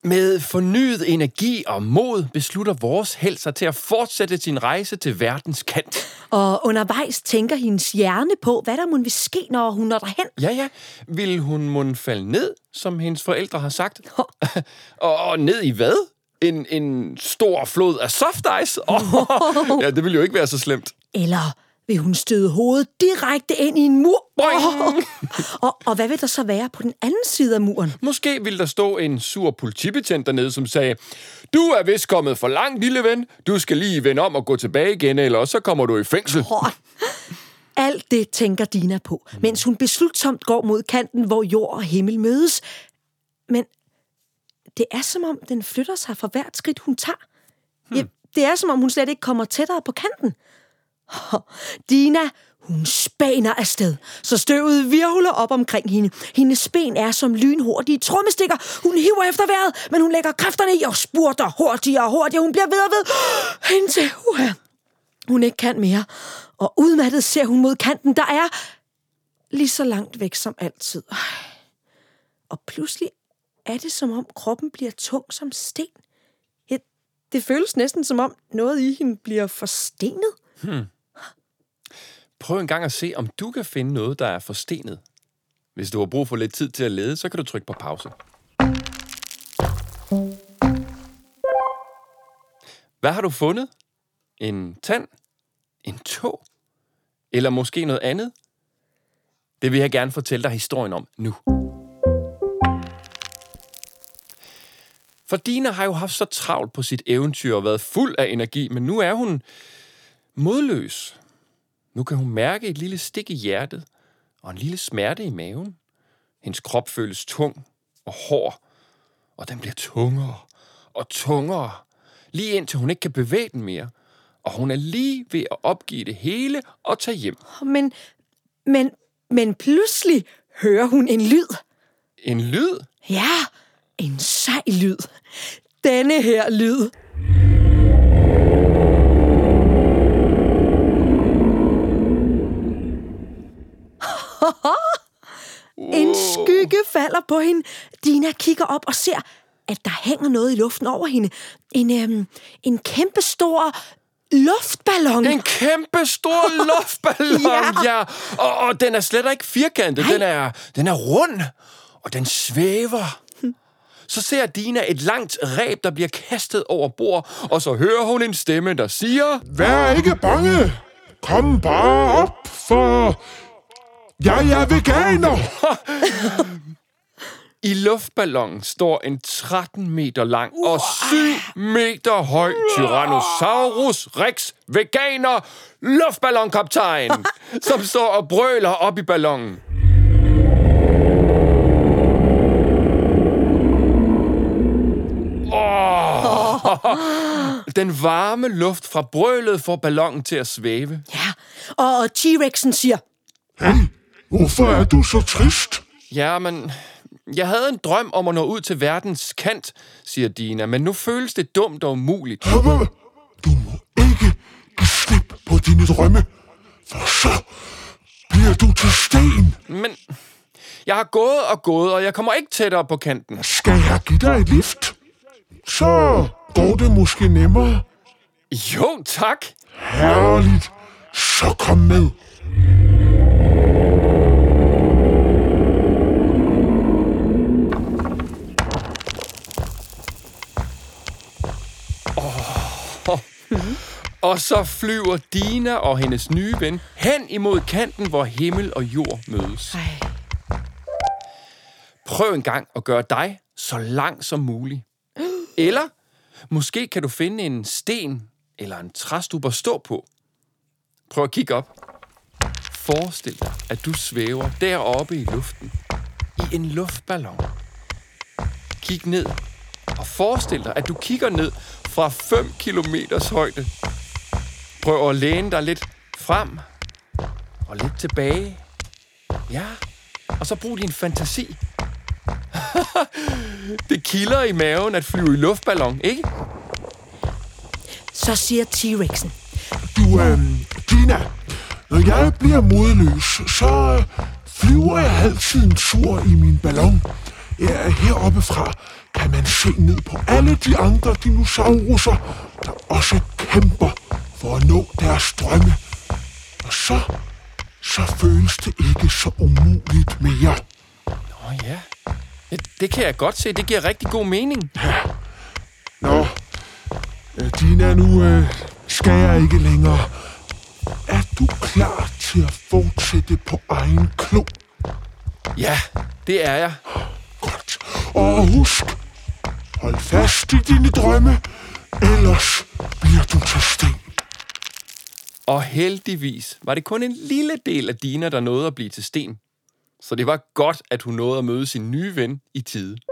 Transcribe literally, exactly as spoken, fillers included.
Med fornyet energi og mod beslutter vores helt sig til at fortsætte sin rejse til verdens kant. Og undervejs tænker hendes hjerne på, hvad der mon vil ske, når hun når derhen. Ja, ja. Vil hun mon falde ned, som hendes forældre har sagt? Oh. og, og ned i hvad? En, en stor flod af soft ice? Oh. Ja, det vil jo ikke være så slemt. Eller vil hun støde hovedet direkte ind i en mur? Oh. og, og hvad vil der så være på den anden side af muren? Måske vil der stå en sur politibetjent dernede, som sagde, du er vist kommet for langt, lille ven. Du skal lige vende om og gå tilbage igen, eller så kommer du i fængsel. Oh. Alt det tænker Dina på, mens hun beslutsomt går mod kanten, hvor jord og himmel mødes. Men det er som om, den flytter sig for hvert skridt, hun tager. Hmm. Ja, det er som om, hun slet ikke kommer tættere på kanten. Oh, Dina, hun spæner afsted, så støvet hvirvler op omkring hende. Hendes ben er som lynhurtige trommestikker. Hun hiver efter vejret, men hun lægger kræfterne i og spurter hurtigere og hurtigere. Hun bliver ved og ved, indtil uh, hun ikke kan mere. Og udmattet ser hun mod kanten, der er lige så langt væk som altid. Og pludselig er det, som om kroppen bliver tung som sten. Ja, det føles næsten, som om noget i hende bliver forstenet. Hmm. Prøv en gang at se, om du kan finde noget, der er forstenet. Hvis du har brug for lidt tid til at lede, så kan du trykke på pause. Hvad har du fundet? En tand? En tå? Eller måske noget andet? Det vil jeg gerne fortælle dig historien om nu. For Dina har jo haft så travlt på sit eventyr og været fuld af energi, men nu er hun modløs. Nu kan hun mærke et lille stik i hjertet og en lille smerte i maven. Hendes krop føles tung og hård, og den bliver tungere og tungere, lige indtil hun ikke kan bevæge den mere. Og hun er lige ved at opgive det hele og tage hjem. Men, men, men pludselig hører hun en lyd. En lyd? Ja, en sej lyd. Denne her lyd. En skygge falder på hende. Dina kigger op og ser, at der hænger noget i luften over hende. En, øhm, en kæmpe stor luftballon. En kæmpe stor luftballon, ja. ja. Og, og den er slet ikke firkantet. Den er, den er rund, og den svæver. Hm. Så ser Dina et langt reb, der bliver kastet over bord, og så hører hun en stemme, der siger, vær ikke bange. Kom bare op, for jeg er veganer. I luftballonen står en tretten meter lang og syv meter høj Tyrannosaurus Rex veganer luftballonkaptajn, som står og brøler op i ballonen. Oh. Den varme luft fra brølet får ballonen til at svæve. Ja, og T-Rexen siger, hey, hvorfor er du så trist? Ja, men jeg havde en drøm om at nå ud til verdens kant, siger Dina, men nu føles det dumt og umuligt. Du må ikke give slip på dine drømme, for så bliver du til sten. Men jeg har gået og gået, og jeg kommer ikke tættere på kanten. Skal jeg give dig et lift? Så går det måske nemmere. Jo, tak. Herligt. Så kom med. Oh. Og så flyver Dina og hendes nye ven hen imod kanten, hvor himmel og jord mødes. Ej. Prøv en gang at gøre dig så lang som muligt. Eller måske kan du finde en sten eller en træstub at stå på. Prøv at kigge op. Forestil dig, at du svæver deroppe i luften. I en luftballon. Kig ned. Og forestil dig, at du kigger ned fra fem kilometers højde. Prøv at læne dig lidt frem og lidt tilbage. Ja, og så brug din fantasi. Det kilder i maven at flyve i luftballon, ikke? Så siger T-Rexen, Du, øh, Dina, når jeg bliver modløs, så flyver jeg altid en tur i min ballon. Ja, heroppe fra kan man se ned på alle de andre dinosauruser, der også kæmper for at nå deres drømme. Og så, så føles det ikke så umuligt mere. Nå ja. ja, det kan jeg godt se. Det giver rigtig god mening. Nå, øh, Dina, nu øh, skal jeg ikke længere. Er du klar til at fortsætte på egen klo? Ja, det er jeg. Godt. Og husk, hold fast i dine drømme, ellers bliver du til sten. Og heldigvis var det kun en lille del af Dina, der nåede at blive til sten. Så det var godt, at hun nåede at møde sin nye ven i tide.